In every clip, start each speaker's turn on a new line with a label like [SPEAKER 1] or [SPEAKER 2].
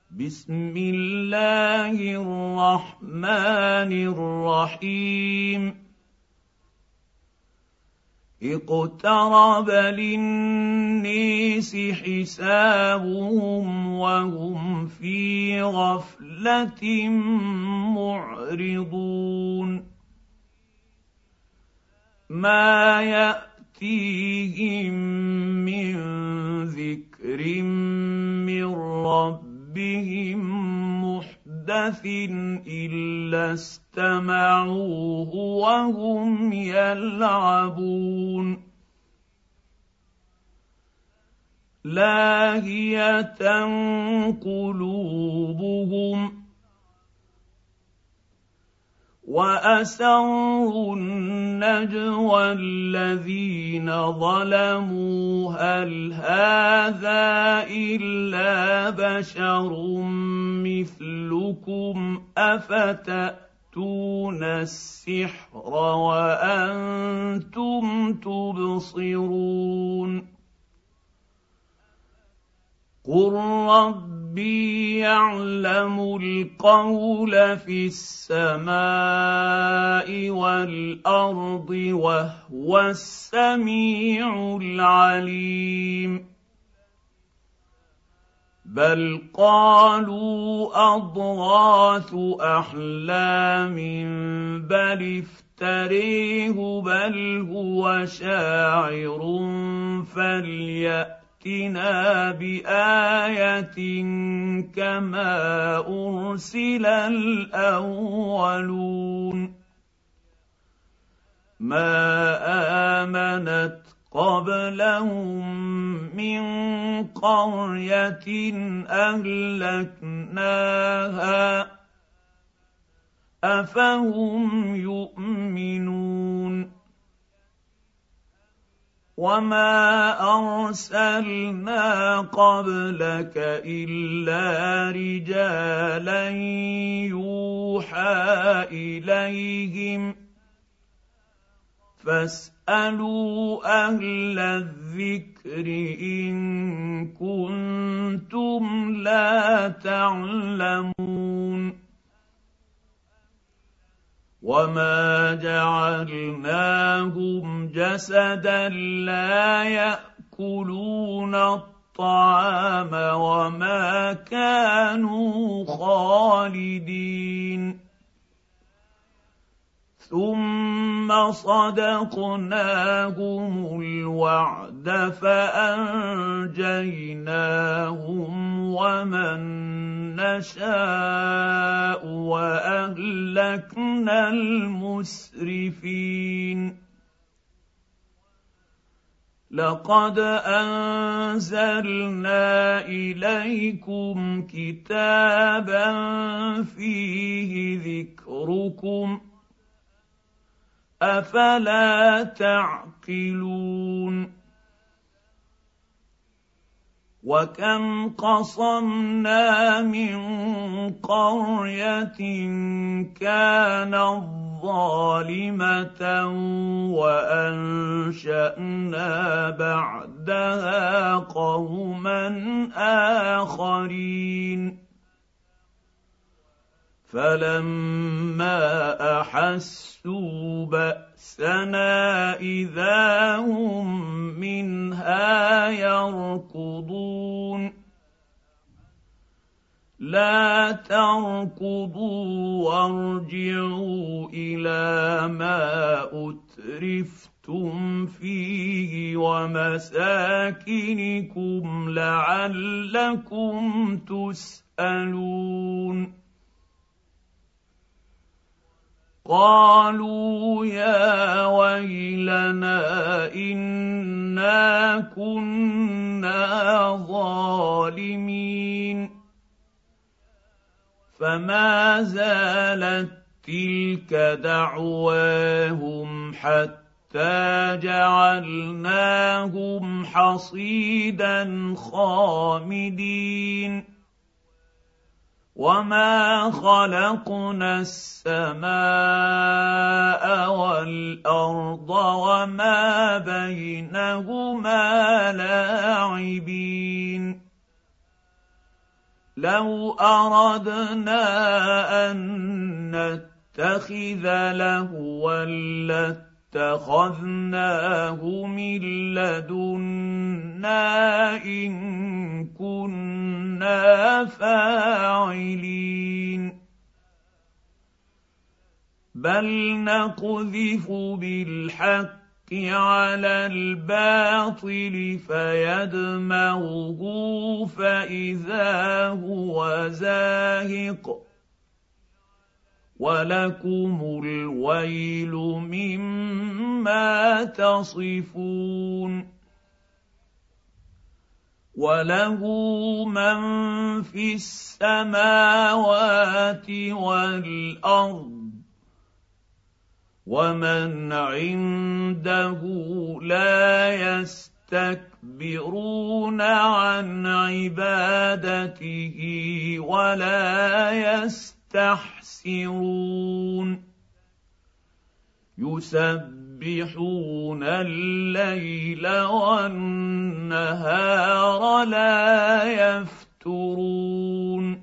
[SPEAKER 1] بسم الله الرحمن الرحيم اقترب للناس حسابهم وهم في غفلة معرضون ما يأتيهم من ذكر من ربهم محدث إلا استمعوه وهم يلعبون لاهية قلوبهم وأسروا النجوى الذين ظلموا هل هذا إلا بشر مثلكم أفتأتون السحر وأنتم تبصرون قل ربي يعلم القول في السماء والأرض وهو السميع العليم بل قالوا أضغاث أحلام بل افتريه بل هو شاعر فليأتنا بآية كما أرسل الأولون ما آمنت قبلهم من قرية أهلكناها أفهم يؤمنون وما أرسلنا قبلك إلا رجالا يوحى إليهم فاسألوا أهل الذكر إن كنتم لا تعلمون وما جعلناهم جسدا لا يأكلون الطعام وما كانوا خالدين ثم صدقناهم الوعد فأنجيناهم ومن نشاء وأهلكنا المسرفين لقد أنزلنا إليكم كتابا فيه ذكركم أفلا تعقلون وكم قصمنا من قرية كانت ظالمة وأنشأنا بعدها قوما آخرين فلما أحسوا بأسنا إذا هم منها يركضون لا تركضوا وارجعوا إلى ما أترفتم فيه ومساكنكم لعلكم تسألون قالوا يا ويلنا إنا كنا ظالمين فما زالت تلك دعواهم حتى جعلناهم حصيدا خامدين وما خلقنا السماء والأرض وما بينهما لاعبين لو أردنا أن نتخذ لهوا لاتخذناه من لدنا إن كنا فاعلين بل نقذف بالحق على الباطل فيدمغه فإذا هو زاهق ولكم الويل مما تصفون وله من في السماوات والأرض ومن عنده لا يستكبرون عن عبادته ولا يستحسرون يسبحون الليل والنهار لا يفترون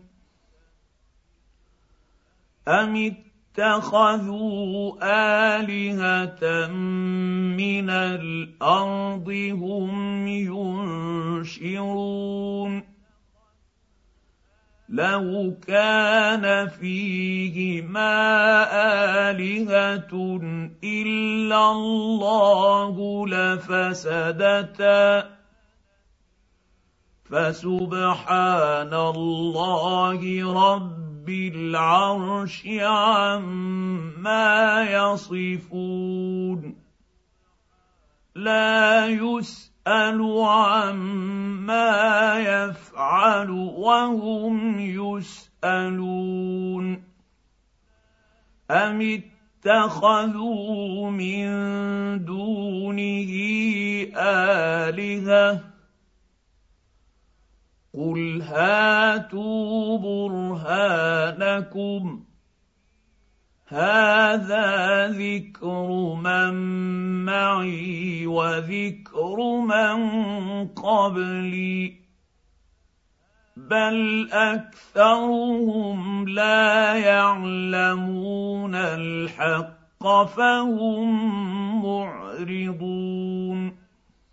[SPEAKER 1] أم اتخذوا آلهة من الأرض هم ينشرون لو كان فيهما آلهة إلا الله لفسدتا فسبحان الله رب العرش عما يصفون لا يسأل عما يفعل وهم يسألون أم اتخذوا من دونه آلهة قل هاتوا برهانكم هذا ذكر من معي وذكر من قبلي بل أكثرهم لا يعلمون الحق فهم معرضون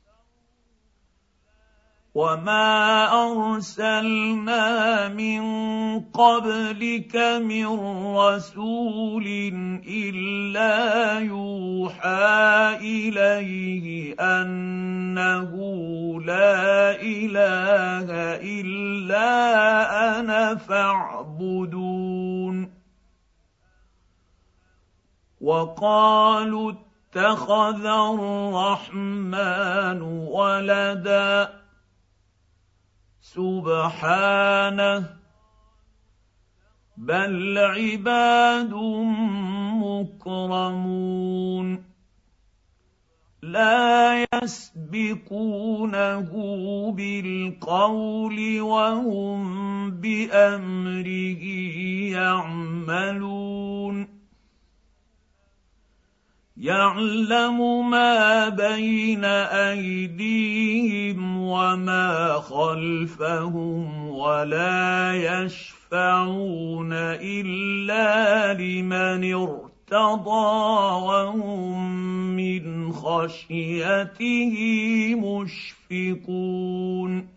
[SPEAKER 1] وما أرسلنا من قبلك من رسول إلا يوحى إليه أنه لا إله إلا أنا فاعبدون وقالوا اتخذ الرحمن ولدا سبحانه بل عباد مكرمون لا يسبقونه بالقول وهم بأمره يعملون يعلم ما بين أيديهم وما خلفهم ولا يشفعون إلا لمن ارتضى وهم من خشيته مشفقون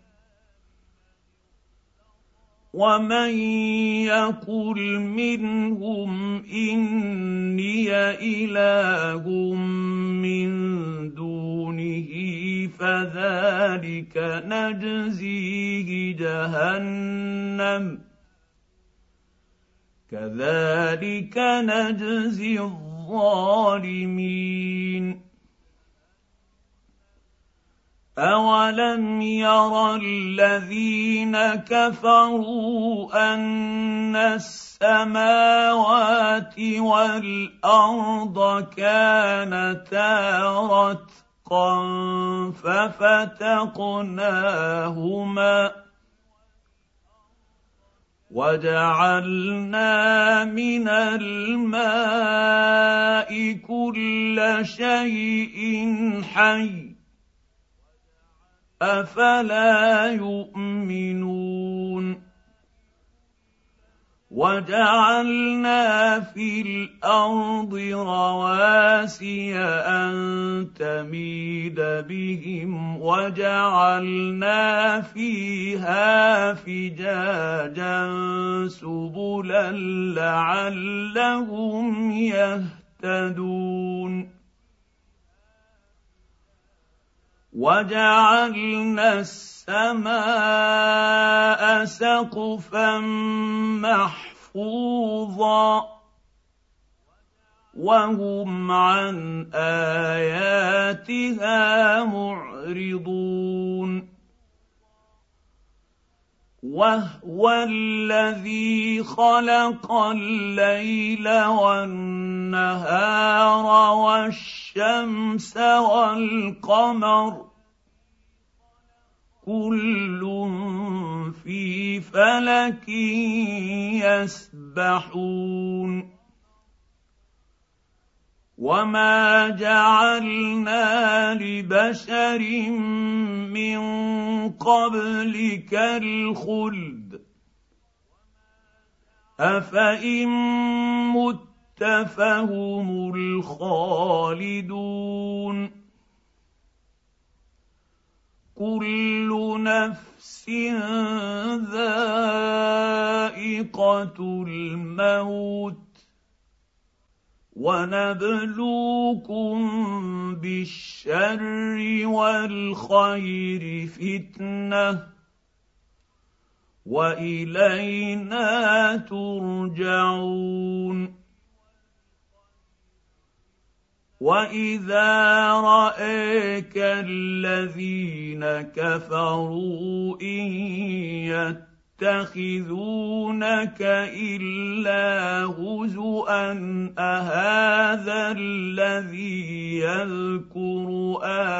[SPEAKER 1] ومن يقل منهم إني إله من دونه فذلك نجزيه جهنم كذلك نجزي الظالمين أولم ير الذين كفروا أن السماوات والأرض كانتا رتقا ففتقناهما وجعلنا من الماء كل شيء حي أفلا يؤمنون وجعلنا في الارض رواسي ان تميد بهم وجعلنا فيها فجاجا سبلا لعلهم يهتدون وجعلنا السماء سقفا محفوظا وهم عن اياتها معرضون وهو الذي خلق الليل والنهار والشمس والقمر كل في فلك يسبحون وما جعلنا لبشر من قبلك الخلد أفإن مت فهم الخالدون كل نفس ذائقة الموت ونبلوكم بالشر والخير فتنة وإلينا ترجعون وإذا رأيك الذين كفروا إن يتخذونك إلا هزؤا أهذا الذي يذكر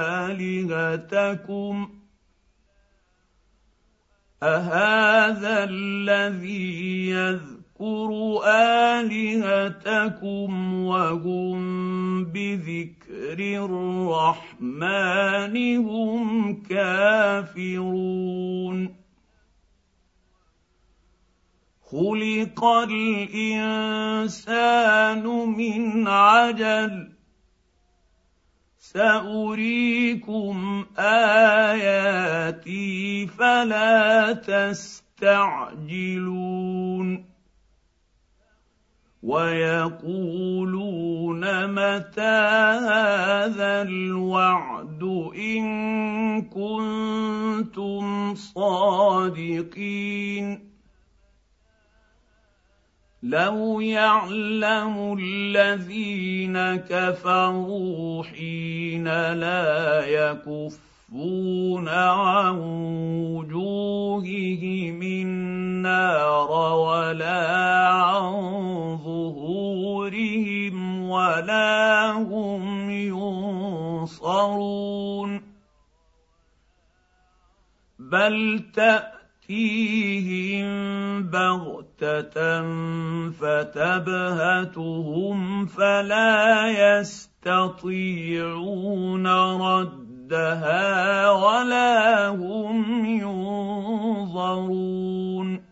[SPEAKER 1] آلهتكم وهم بذكر الرحمن هم كافرون خلق الإنسان من عجل سأريكم آياتي فلا تستعجلون ويقولون متى هذا الوعد إن كنتم صادقين لو يعلم الذين كفروا حين لا يكفون عن وجوههم النار ولا عن ظهورهم ولا هم ينصرون بل تأتيهم بغتة فتبهتهم فلا يستطيعون ردها ولا هم ينظرون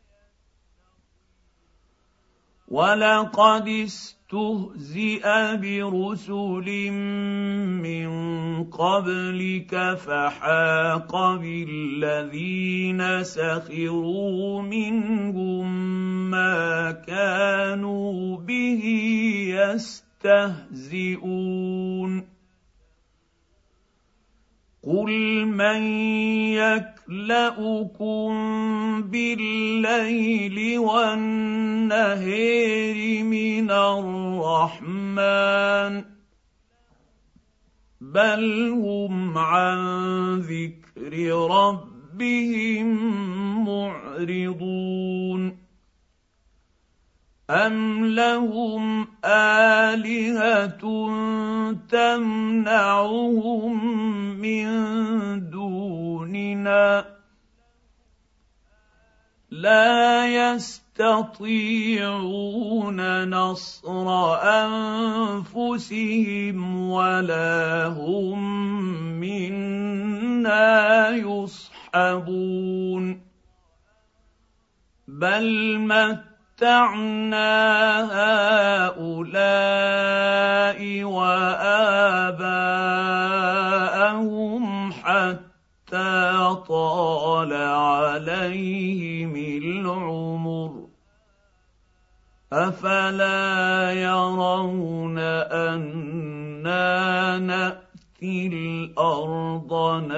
[SPEAKER 1] ولقد استهزئ برسل من قبلك فحاق بالذين سخروا منهم ما كانوا به يستهزئون قل من يكلؤكم بالليل والنهار من الرحمن بل هم عن ذكر ربهم معرضون أم لهم آلهة تمنعهم من دوننا لا يستطيعون نصر أنفسهم ولا هم منا يصحبون بل متعنا هؤلاء وآباءهم حتى طال عليهم العمر أفلا يرون أنا نأتي الأرض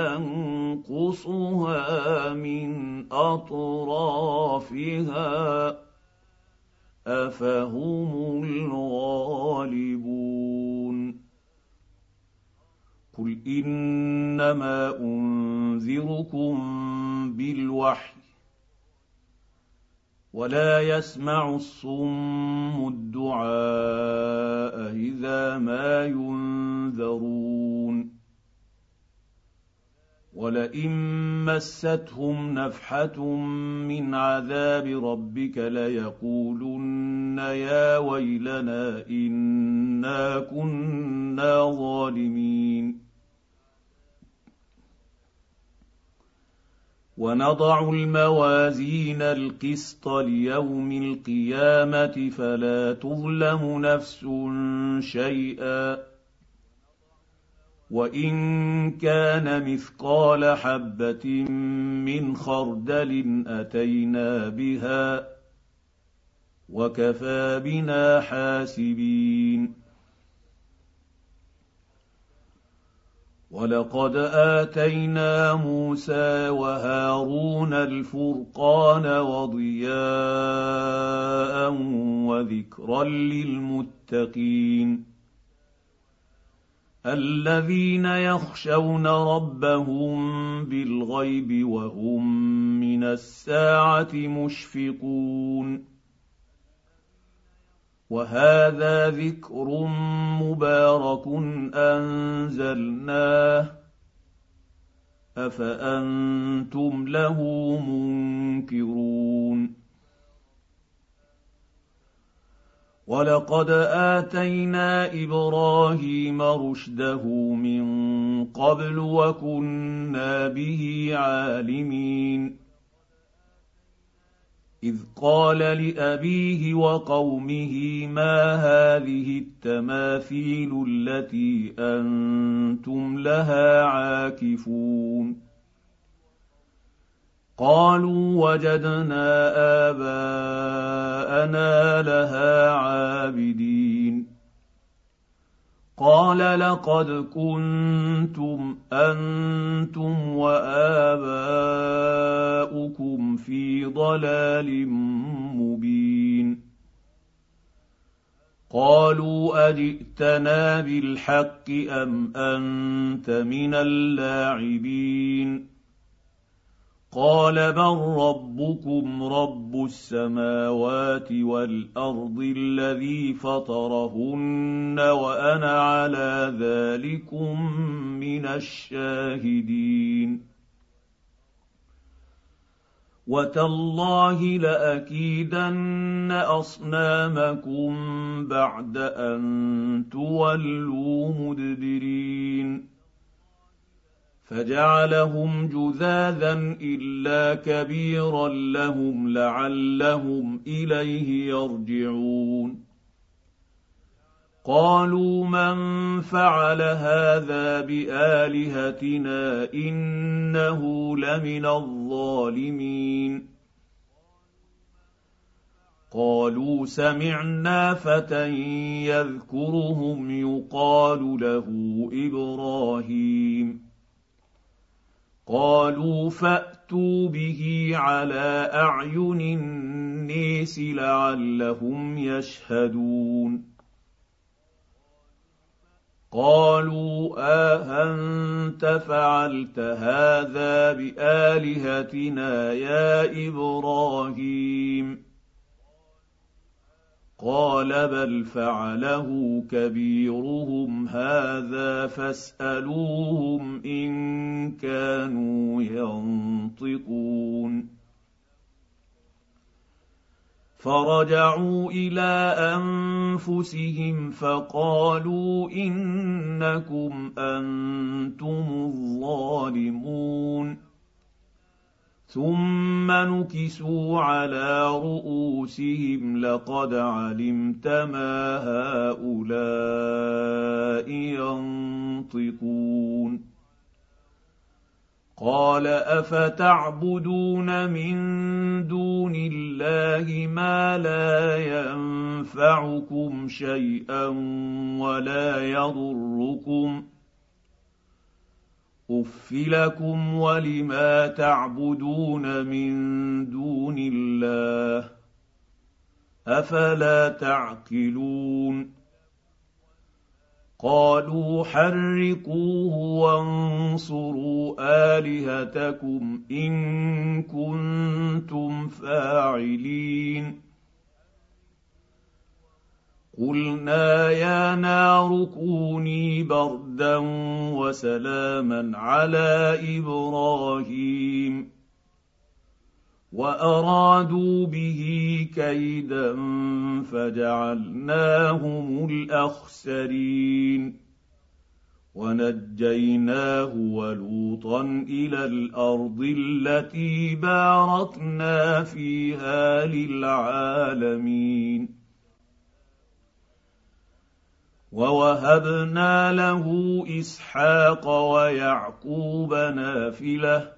[SPEAKER 1] ننقصها من أطرافها أفهم الغالبون قل إنما أنذركم بالوحي ولا يسمع الصم الدعاء إذا ما ينذرون ولئن مستهم نفحة من عذاب ربك ليقولن يا ويلنا إنا كنا ظالمين ونضع الموازين القسط ليوم القيامة فلا تظلم نفس شيئا وإن كان مثقال حبة من خردل أتينا بها وكفى بنا حاسبين ولقد آتينا موسى وهارون الفرقان وضياء وذكرا للمتقين الذين يخشون ربهم بالغيب وهم من الساعة مشفقون وهذا ذكر مبارك أنزلناه أفأنتم له منكرون ولقد آتينا إبراهيم رشده من قبل وكنا به عالمين إذ قال لأبيه وقومه ما هذه التماثيل التي أنتم لها عاكفون قالوا وجدنا آباءنا لها عابدين قال لقد كنتم أنتم وآباؤكم في ضلال مبين قالوا أجئتنا بالحق أم أنت من اللاعبين قال بل ربكم رب السماوات والأرض الذي فطرهن وأنا على ذلكم من الشاهدين وتالله لأكيدن أصنامكم بعد أن تولوا مدبرين فجعلهم جذاذا إلا كبيرا لهم لعلهم إليه يرجعون قالوا من فعل هذا بآلهتنا إنه لمن الظالمين قالوا سمعنا فتى يذكرهم يقال له إبراهيم قالوا فأتوا به على أعين الناس لعلهم يشهدون قالوا أأنت فعلت هذا بآلهتنا يا إبراهيم قال بل فعله كبيرهم هذا فاسألوهم إن كانوا ينطقون فرجعوا إلى أنفسهم فقالوا إنكم أنتم الظالمون ثم ثم نكسوا على رؤوسهم لقد علمت ما هؤلاء ينطقون قال افتعبدون من دون الله ما لا ينفعكم شيئا ولا يضركم أف لكم ولما تعبدون من دون الله أفلا تعقلون قالوا حرقوه وانصروا آلهتكم إن كنتم فاعلين قلنا يا نار كوني بردا وسلاما على إبراهيم وأرادوا به كيدا فجعلناهم الأخسرين ونجيناه ولوطا إلى الأرض التي باركنا فيها للعالمين ووهبنا له إسحاق ويعقوب نافلة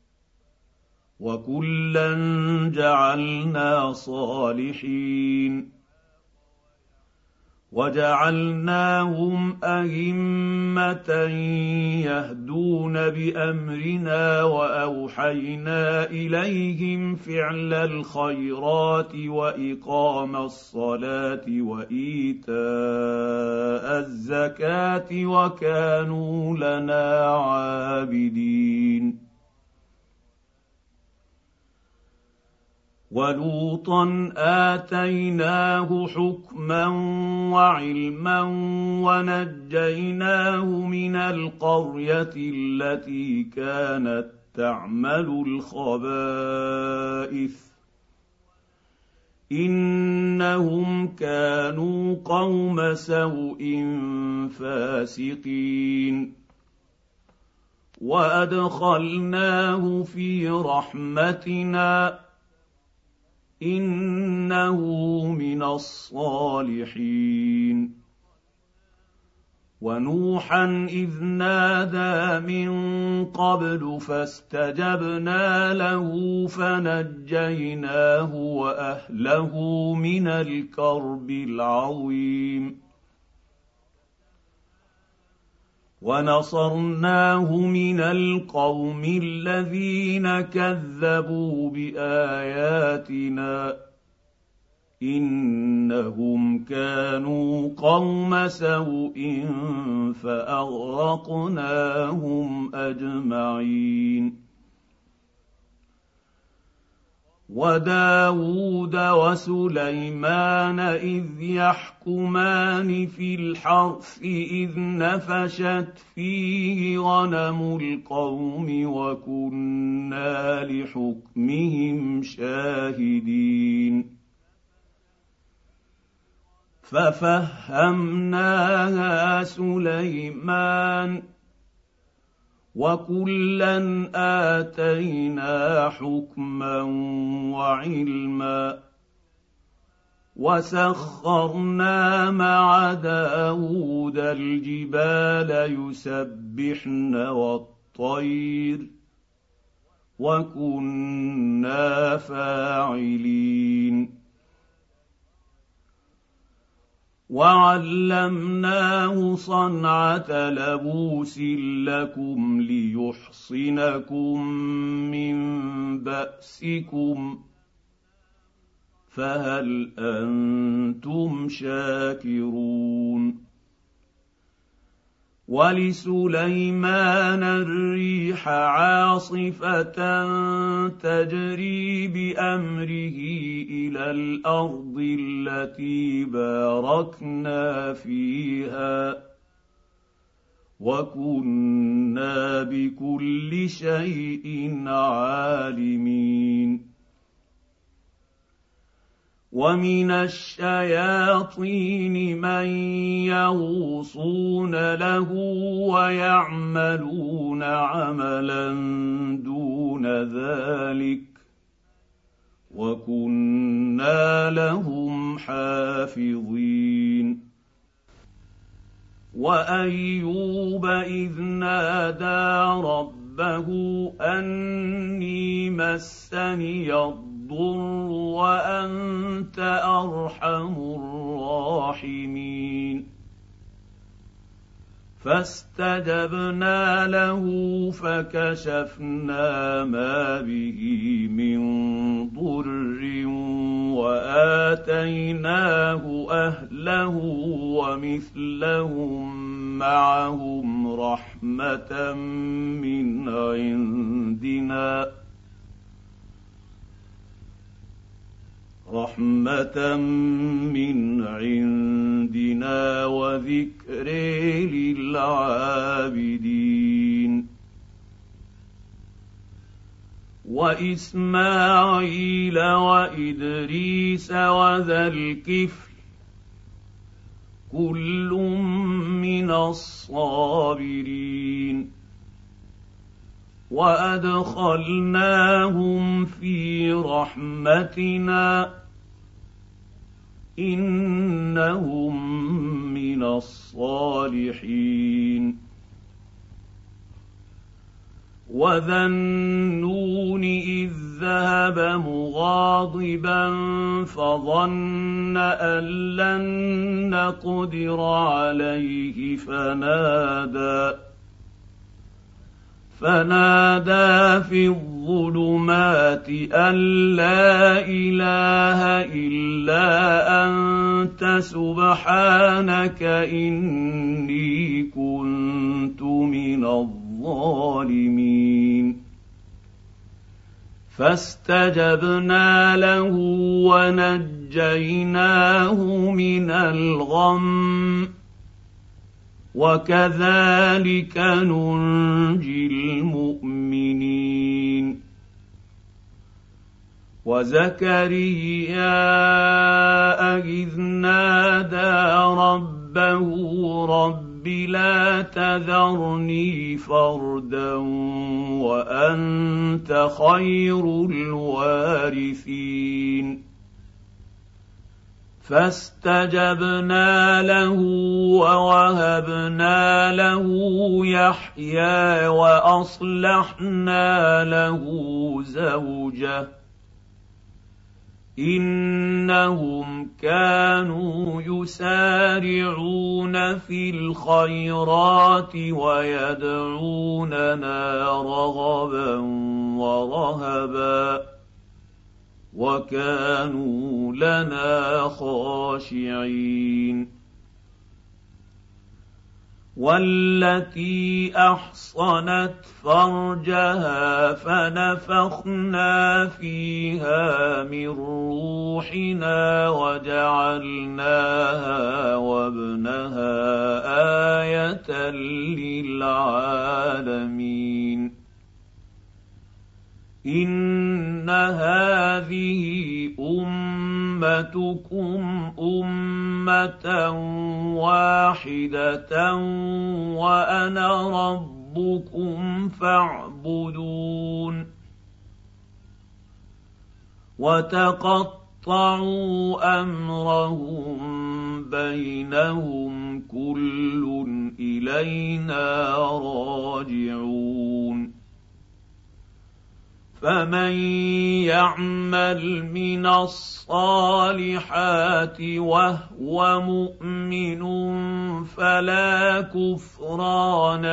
[SPEAKER 1] وكلا جعلنا صالحين وجعلناهم أئمة يهدون بأمرنا وأوحينا إليهم فعل الخيرات وإقام الصلاة وإيتاء الزكاة وكانوا لنا عابدين ولوطا آتيناه حكما وعلما ونجيناه من القرية التي كانت تعمل الخبائث إنهم كانوا قوم سوء فاسقين وأدخلناه في رحمتنا إنه من الصالحين ونوحا إذ نادى من قبل فاستجبنا له فنجيناه وأهله من الكرب العظيم ونصرناه من القوم الذين كذبوا بآياتنا إنهم كانوا قوم سوء فأغرقناهم أجمعين وداود وسليمان إذ يحكمان في الحرث إذ نفشت فيه غنم القوم وكنا لحكمهم شاهدين ففهمناها سليمان وكلا آتينا حكما وعلما وسخرنا مع داود الجبال يسبحن والطير وكنا فاعلين وعلمناه صنعة لبوس لكم ليحصنكم من بأسكم فهل أنتم شاكرون ولسليمان الريح عاصفة تجري بأمره إلى الأرض التي باركنا فيها وكنا بكل شيء عالمين ومن الشياطين من يغوصون له ويعملون عملا دون ذلك وكنا لهم حافظين وأيوب إذ نادى ربه أني مسني الضر وأنت أرحم الراحمين فاستجبنا له فكشفنا ما به من ضر وآتيناه أهله ومثلهم معهم رحمة من عندنا وذكر للعابدين وإسماعيل وإدريس وذا الكفل كل من الصابرين وأدخلناهم في رحمتنا إنهم من الصالحين وذا النون إذ ذهب مغاضبا فظن أن لن نقدر عليه فنادى في الظلمات أن لا إله إلا أنت سبحانك إني كنت من الظالمين فاستجبنا له ونجيناه من الغم وكذلك ننجي المؤمنين وزكريا إذ نادى ربه رب لا تذرني فردا وأنت خير الوارثين فاستجبنا له ووهبنا له يحيى وأصلحنا له زوجه إنهم كانوا يسارعون في الخيرات ويدعوننا رغبا ورهبا وكانوا لنا خاشعين والتي أحصنت فرجها فنفخنا فيها من روحنا وجعلناها وابنها آية للعالمين إن هذه أمتكم أمة واحدة وأنا ربكم فاعبدون وتقطعوا أمرهم بينهم كل إلينا راجعون فمن يعمل من الصالحات وهو مؤمن فلا كفران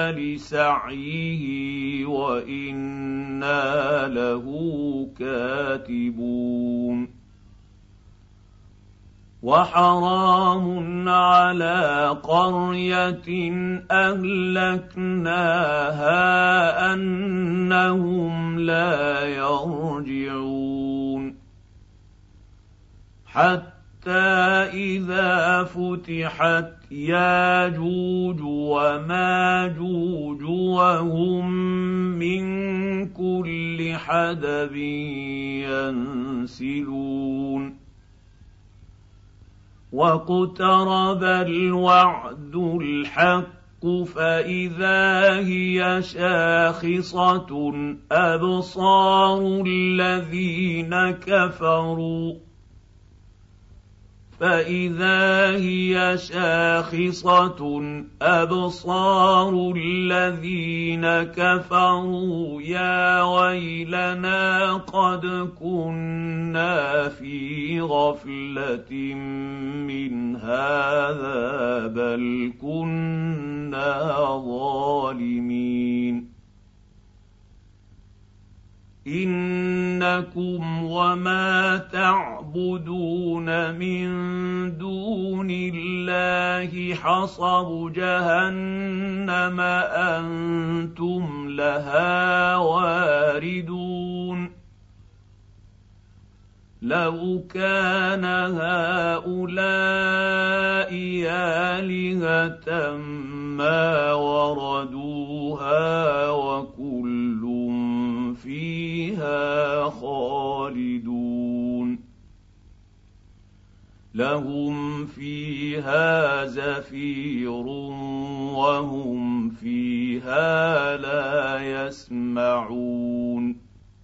[SPEAKER 1] لسعيه وإنا له كاتبون وحرام على قرية أهلكناها أنهم لا يرجعون حتى إذا فتحت ياجوج وماجوج وهم من كل حدب ينسلون واقترب الوعد الحق فإذا هي شاخصة أبصار الذين كفروا فإذا هي شاخصة أبصار الذين كفروا يا ويلنا قد كنا في غفلة من هذا بل كنا ظالمين إنكم وما تعبدون من دون الله حصب جهنم أنتم لها واردون لو كان هؤلاء آلهة ما وردوها وكل فيها خالدون لهم فيها زفير وهم فيها لا يسمعون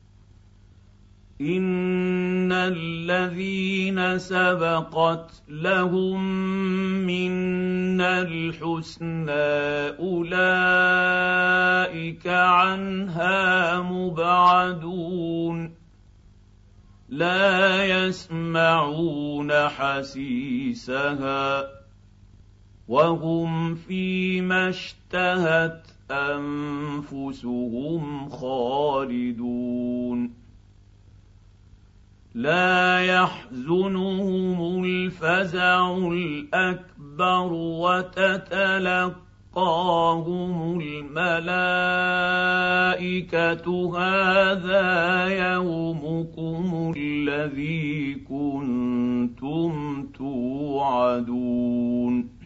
[SPEAKER 1] إن الذين سبقت لهم منا الحسنى أولئك عنها مبعدون لا يسمعون حسيسها وهم فيما اشتهت أنفسهم خالدون لا يحزنهم الفزع الأكبر وتتلقاهم الملائكة هذا يومكم الذي كنتم توعدون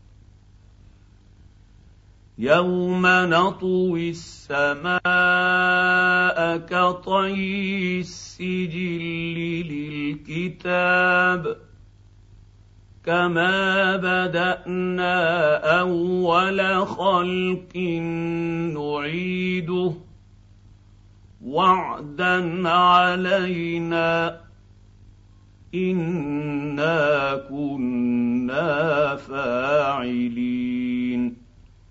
[SPEAKER 1] يوم نطوي السماء كطي السجل للكتاب كما بدأنا أول خلق نعيده وعدا علينا إنا كنا فاعلين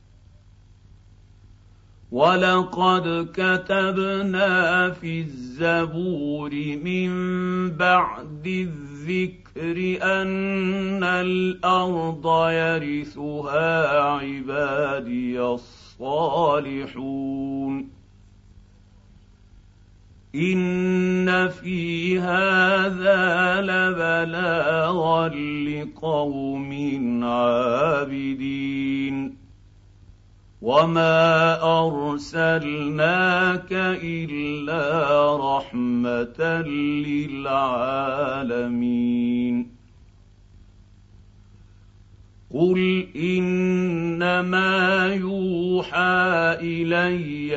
[SPEAKER 1] ولقد كتبنا في الزبور من بعد الذكر أن الأرض يرثها عبادي الصالحون إن في هذا لبلاغا لقوم عابدين وما أرسلناك إلا رحمة للعالمين قل إنما يوحى إلي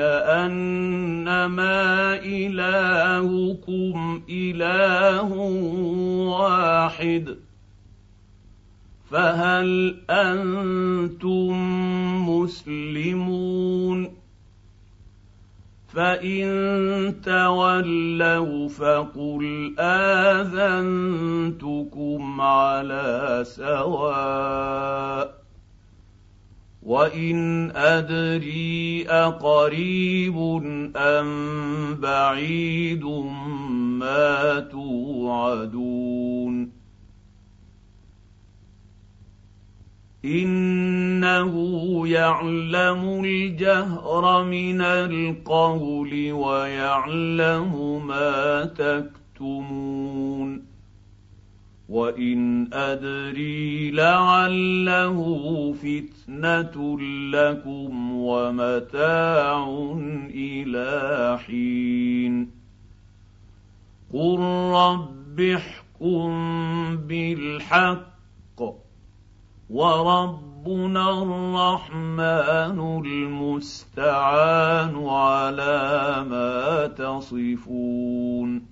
[SPEAKER 1] أنما إلهكم إله واحد فهل أنتم مسلمون فإن تولوا فقل آذنتكم على سواء وإن أدري أقريب أم بعيد ما توعدون إنه يعلم الجهر من القول ويعلم ما تكتمون وإن أدري لعله فتنة لكم ومتاع إلى حين قل رب احكم بالحق وربنا الرحمن المستعان على ما تصفون